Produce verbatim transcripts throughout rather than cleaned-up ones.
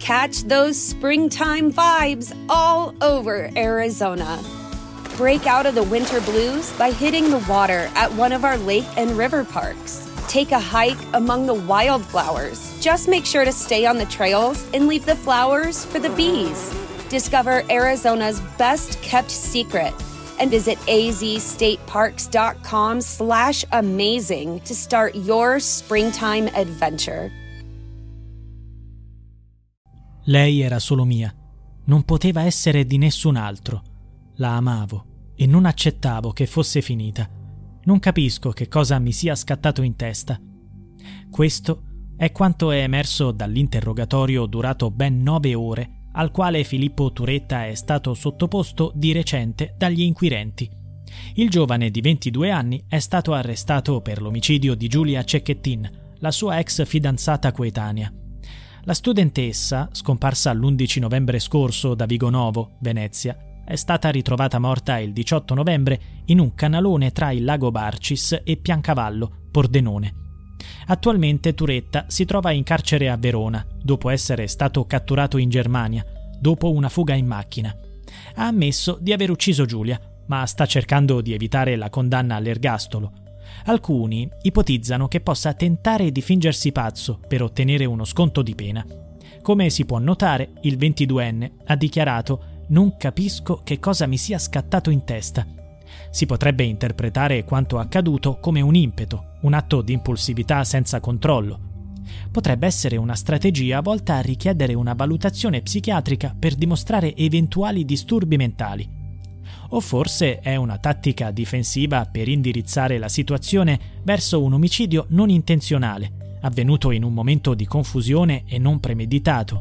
Catch those springtime vibes all over Arizona. Break out of the winter blues by hitting the water at one of our lake and river parks. Take a hike among the wildflowers. Just make sure to stay on the trails and leave the flowers for the bees. Discover Arizona's best-kept secret and visit azstateparks.com slash amazing to start your springtime adventure. Lei era solo mia. Non poteva essere di nessun altro. La amavo e non accettavo che fosse finita. Non capisco che cosa mi sia scattato in testa. Questo è quanto è emerso dall'interrogatorio durato ben nove ore al quale Filippo Turetta è stato sottoposto di recente dagli inquirenti. Il giovane di ventidue anni è stato arrestato per l'omicidio di Giulia Cecchettin, la sua ex fidanzata coetanea. La studentessa, scomparsa l'undici novembre scorso da Vigonovo, Venezia, è stata ritrovata morta il diciotto novembre in un canalone tra il lago Barcis e Piancavallo, Pordenone. Attualmente Turetta si trova in carcere a Verona, dopo essere stato catturato in Germania, dopo una fuga in macchina. Ha ammesso di aver ucciso Giulia, ma sta cercando di evitare la condanna all'ergastolo. Alcuni ipotizzano che possa tentare di fingersi pazzo per ottenere uno sconto di pena. Come si può notare, il ventiduenne ha dichiarato: «Non capisco che cosa mi sia scattato in testa». Si potrebbe interpretare quanto accaduto come un impeto, un atto di impulsività senza controllo. Potrebbe essere una strategia volta a richiedere una valutazione psichiatrica per dimostrare eventuali disturbi mentali. O forse è una tattica difensiva per indirizzare la situazione verso un omicidio non intenzionale, avvenuto in un momento di confusione e non premeditato.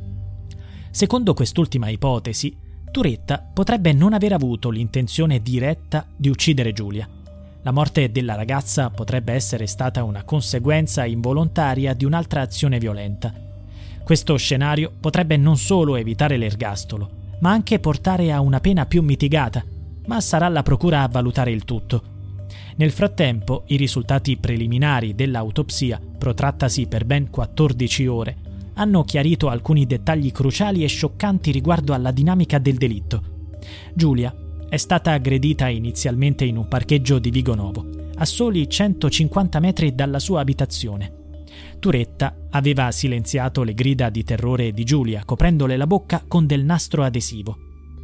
Secondo quest'ultima ipotesi, Turetta potrebbe non aver avuto l'intenzione diretta di uccidere Giulia. La morte della ragazza potrebbe essere stata una conseguenza involontaria di un'altra azione violenta. Questo scenario potrebbe non solo evitare l'ergastolo, ma anche portare a una pena più mitigata, ma sarà la procura a valutare il tutto. Nel frattempo, i risultati preliminari dell'autopsia, protrattasi per ben quattordici ore, hanno chiarito alcuni dettagli cruciali e scioccanti riguardo alla dinamica del delitto. Giulia è stata aggredita inizialmente in un parcheggio di Vigonovo, a soli centocinquanta metri dalla sua abitazione. Turetta aveva silenziato le grida di terrore di Giulia, coprendole la bocca con del nastro adesivo.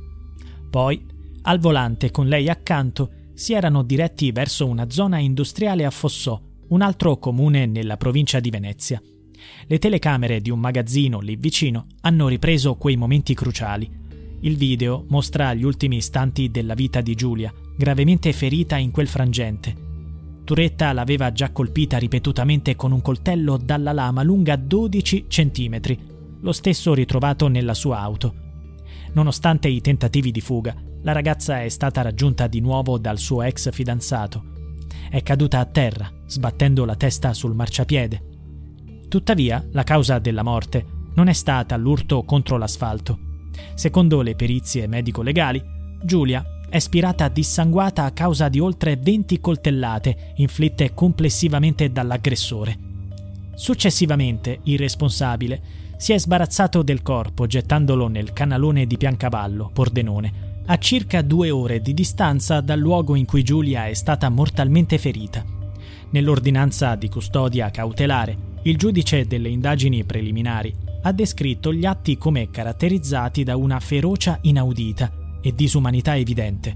Poi, al volante con lei accanto, si erano diretti verso una zona industriale a Fossò, un altro comune nella provincia di Venezia. Le telecamere di un magazzino lì vicino hanno ripreso quei momenti cruciali. Il video mostra gli ultimi istanti della vita di Giulia, gravemente ferita in quel frangente. Turetta l'aveva già colpita ripetutamente con un coltello dalla lama lunga dodici centimetri, lo stesso ritrovato nella sua auto. Nonostante i tentativi di fuga, la ragazza è stata raggiunta di nuovo dal suo ex fidanzato. È caduta a terra, sbattendo la testa sul marciapiede. Tuttavia, la causa della morte non è stata l'urto contro l'asfalto. Secondo le perizie medico-legali, Giulia è spirata dissanguata a causa di oltre venti coltellate inflitte complessivamente dall'aggressore. Successivamente, il responsabile si è sbarazzato del corpo gettandolo nel canalone di Piancavallo, Pordenone, a circa due ore di distanza dal luogo in cui Giulia è stata mortalmente ferita. Nell'ordinanza di custodia cautelare, il giudice delle indagini preliminari ha descritto gli atti come caratterizzati da una ferocia inaudita e disumanità evidente.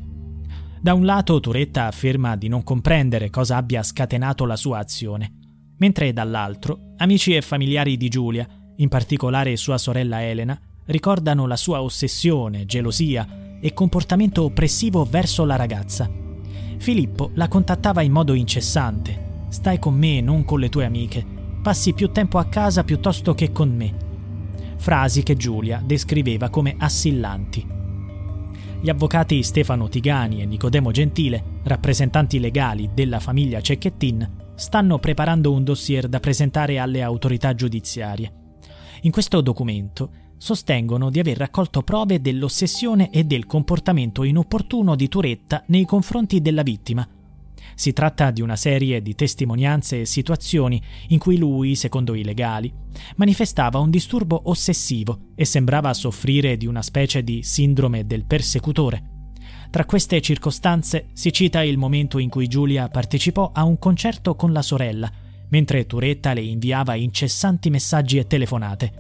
Da un lato Turetta afferma di non comprendere cosa abbia scatenato la sua azione, mentre dall'altro amici e familiari di Giulia, in particolare sua sorella Elena, ricordano la sua ossessione, gelosia e comportamento oppressivo verso la ragazza. Filippo la contattava in modo incessante: «Stai con me, non con le tue amiche. Passi più tempo a casa piuttosto che con me». Frasi che Giulia descriveva come assillanti. Gli avvocati Stefano Tigani e Nicodemo Gentile, rappresentanti legali della famiglia Cecchettin, stanno preparando un dossier da presentare alle autorità giudiziarie. In questo documento sostengono di aver raccolto prove dell'ossessione e del comportamento inopportuno di Turetta nei confronti della vittima. Si tratta di una serie di testimonianze e situazioni in cui lui, secondo i legali, manifestava un disturbo ossessivo e sembrava soffrire di una specie di sindrome del persecutore. Tra queste circostanze si cita il momento in cui Giulia partecipò a un concerto con la sorella, mentre Turetta le inviava incessanti messaggi e telefonate.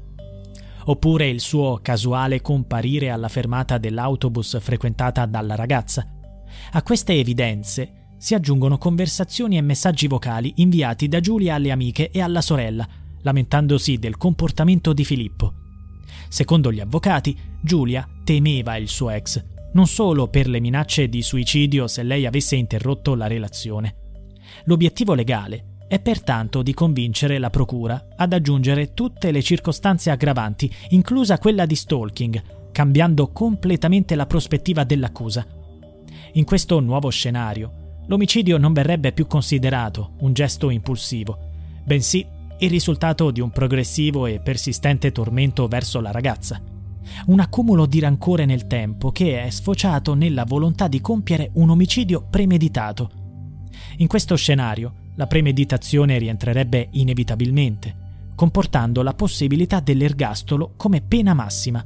Oppure il suo casuale comparire alla fermata dell'autobus frequentata dalla ragazza. A queste evidenze si aggiungono conversazioni e messaggi vocali inviati da Giulia alle amiche e alla sorella, lamentandosi del comportamento di Filippo. Secondo gli avvocati, Giulia temeva il suo ex, non solo per le minacce di suicidio se lei avesse interrotto la relazione. L'obiettivo legale è pertanto di convincere la procura ad aggiungere tutte le circostanze aggravanti, inclusa quella di stalking, cambiando completamente la prospettiva dell'accusa. In questo nuovo scenario, l'omicidio non verrebbe più considerato un gesto impulsivo, bensì il risultato di un progressivo e persistente tormento verso la ragazza. Un accumulo di rancore nel tempo che è sfociato nella volontà di compiere un omicidio premeditato. In questo scenario, la premeditazione rientrerebbe inevitabilmente, comportando la possibilità dell'ergastolo come pena massima.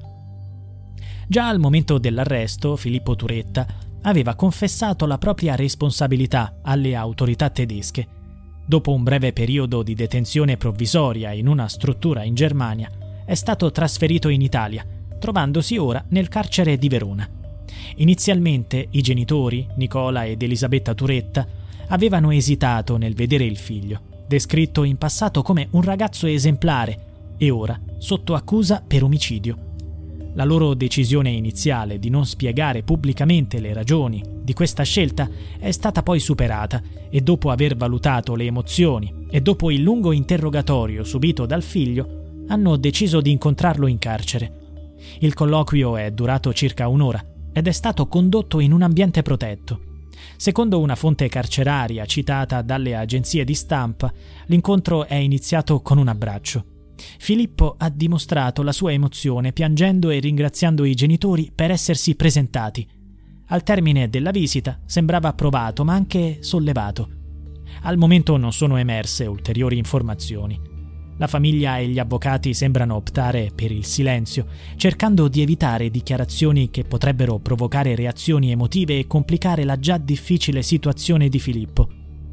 Già al momento dell'arresto, Filippo Turetta aveva confessato la propria responsabilità alle autorità tedesche. Dopo un breve periodo di detenzione provvisoria in una struttura in Germania, è stato trasferito in Italia, trovandosi ora nel carcere di Verona. Inizialmente i genitori, Nicola ed Elisabetta Turetta, avevano esitato nel vedere il figlio, descritto in passato come un ragazzo esemplare e ora sotto accusa per omicidio. La loro decisione iniziale di non spiegare pubblicamente le ragioni di questa scelta è stata poi superata e dopo aver valutato le emozioni e dopo il lungo interrogatorio subito dal figlio, hanno deciso di incontrarlo in carcere. Il colloquio è durato circa un'ora ed è stato condotto in un ambiente protetto. Secondo una fonte carceraria citata dalle agenzie di stampa, l'incontro è iniziato con un abbraccio. Filippo ha dimostrato la sua emozione piangendo e ringraziando i genitori per essersi presentati. Al termine della visita sembrava provato ma anche sollevato. Al momento non sono emerse ulteriori informazioni. La famiglia e gli avvocati sembrano optare per il silenzio, cercando di evitare dichiarazioni che potrebbero provocare reazioni emotive e complicare la già difficile situazione di Filippo.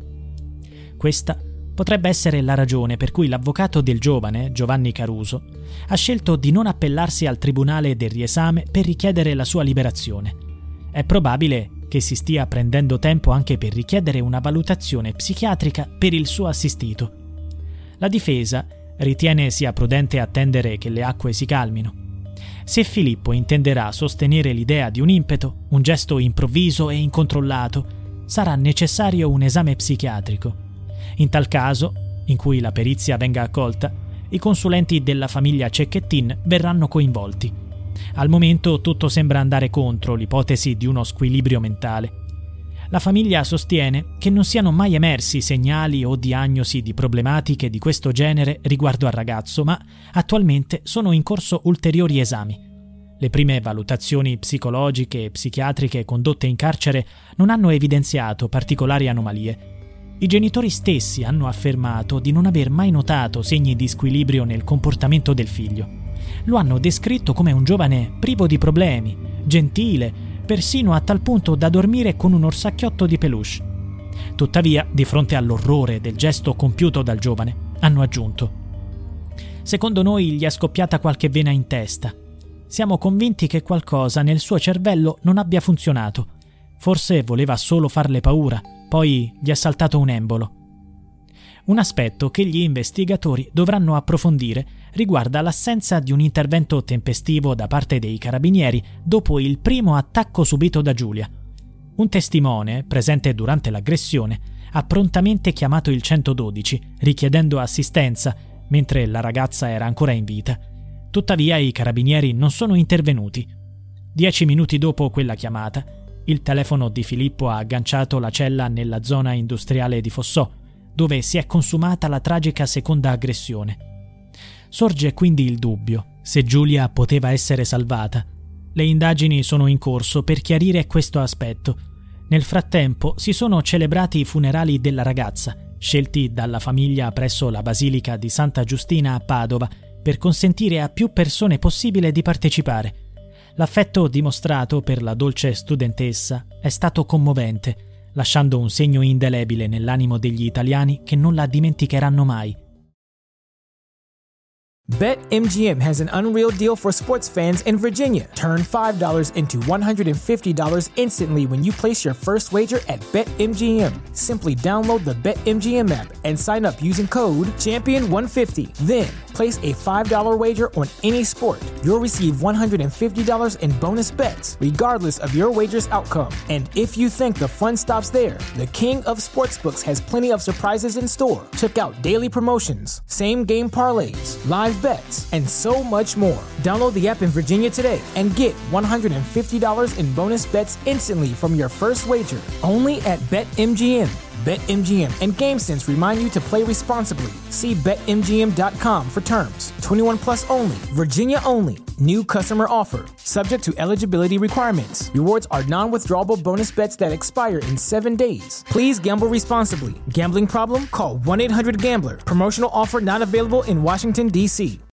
Questa potrebbe essere la ragione per cui l'avvocato del giovane, Giovanni Caruso, ha scelto di non appellarsi al tribunale del riesame per richiedere la sua liberazione. È probabile che si stia prendendo tempo anche per richiedere una valutazione psichiatrica per il suo assistito. La difesa ritiene sia prudente attendere che le acque si calmino. Se Filippo intenderà sostenere l'idea di un impeto, un gesto improvviso e incontrollato, sarà necessario un esame psichiatrico. In tal caso, in cui la perizia venga accolta, i consulenti della famiglia Cecchettin verranno coinvolti. Al momento tutto sembra andare contro l'ipotesi di uno squilibrio mentale. La famiglia sostiene che non siano mai emersi segnali o diagnosi di problematiche di questo genere riguardo al ragazzo, ma attualmente sono in corso ulteriori esami. Le prime valutazioni psicologiche e psichiatriche condotte in carcere non hanno evidenziato particolari anomalie. I genitori stessi hanno affermato di non aver mai notato segni di squilibrio nel comportamento del figlio. Lo hanno descritto come un giovane privo di problemi, gentile, persino a tal punto da dormire con un orsacchiotto di peluche. Tuttavia, di fronte all'orrore del gesto compiuto dal giovane, hanno aggiunto: «Secondo noi gli è scoppiata qualche vena in testa. Siamo convinti che qualcosa nel suo cervello non abbia funzionato. Forse voleva solo farle paura, poi gli è saltato un embolo». Un aspetto che gli investigatori dovranno approfondire riguarda l'assenza di un intervento tempestivo da parte dei carabinieri dopo il primo attacco subito da Giulia. Un testimone, presente durante l'aggressione, ha prontamente chiamato il centododici, richiedendo assistenza, mentre la ragazza era ancora in vita. Tuttavia i carabinieri non sono intervenuti. Dieci minuti dopo quella chiamata, il telefono di Filippo ha agganciato la cella nella zona industriale di Fossò, dove si è consumata la tragica seconda aggressione. Sorge quindi il dubbio se Giulia poteva essere salvata. Le indagini sono in corso per chiarire questo aspetto. Nel frattempo si sono celebrati i funerali della ragazza, scelti dalla famiglia presso la Basilica di Santa Giustina a Padova, per consentire a più persone possibile di partecipare. L'affetto dimostrato per la dolce studentessa è stato commovente, lasciando un segno indelebile nell'animo degli italiani che non la dimenticheranno mai. BetMGM has an unreal deal for sports fans in Virginia. Turn five dollars into one hundred fifty dollars instantly when you place your first wager at BetMGM. Simply download the BetMGM app and sign up using code champion one fifty. Then, place a five dollars wager on any sport. You'll receive one hundred fifty dollars in bonus bets, regardless of your wager's outcome. And if you think the fun stops there, the king of sportsbooks has plenty of surprises in store. Check out daily promotions, same-game parlays, live bets, and so much more. Download the app in Virginia today and get one hundred fifty dollars in bonus bets instantly from your first wager. Only at BetMGM. BetMGM and GameSense remind you to play responsibly. See Bet M G M dot com for terms. twenty-one plus only. Virginia only. New customer offer. Subject to eligibility requirements. Rewards are non-withdrawable bonus bets that expire in seven days. Please gamble responsibly. Gambling problem? Call one eight hundred gambler. Promotional offer not available in Washington, D C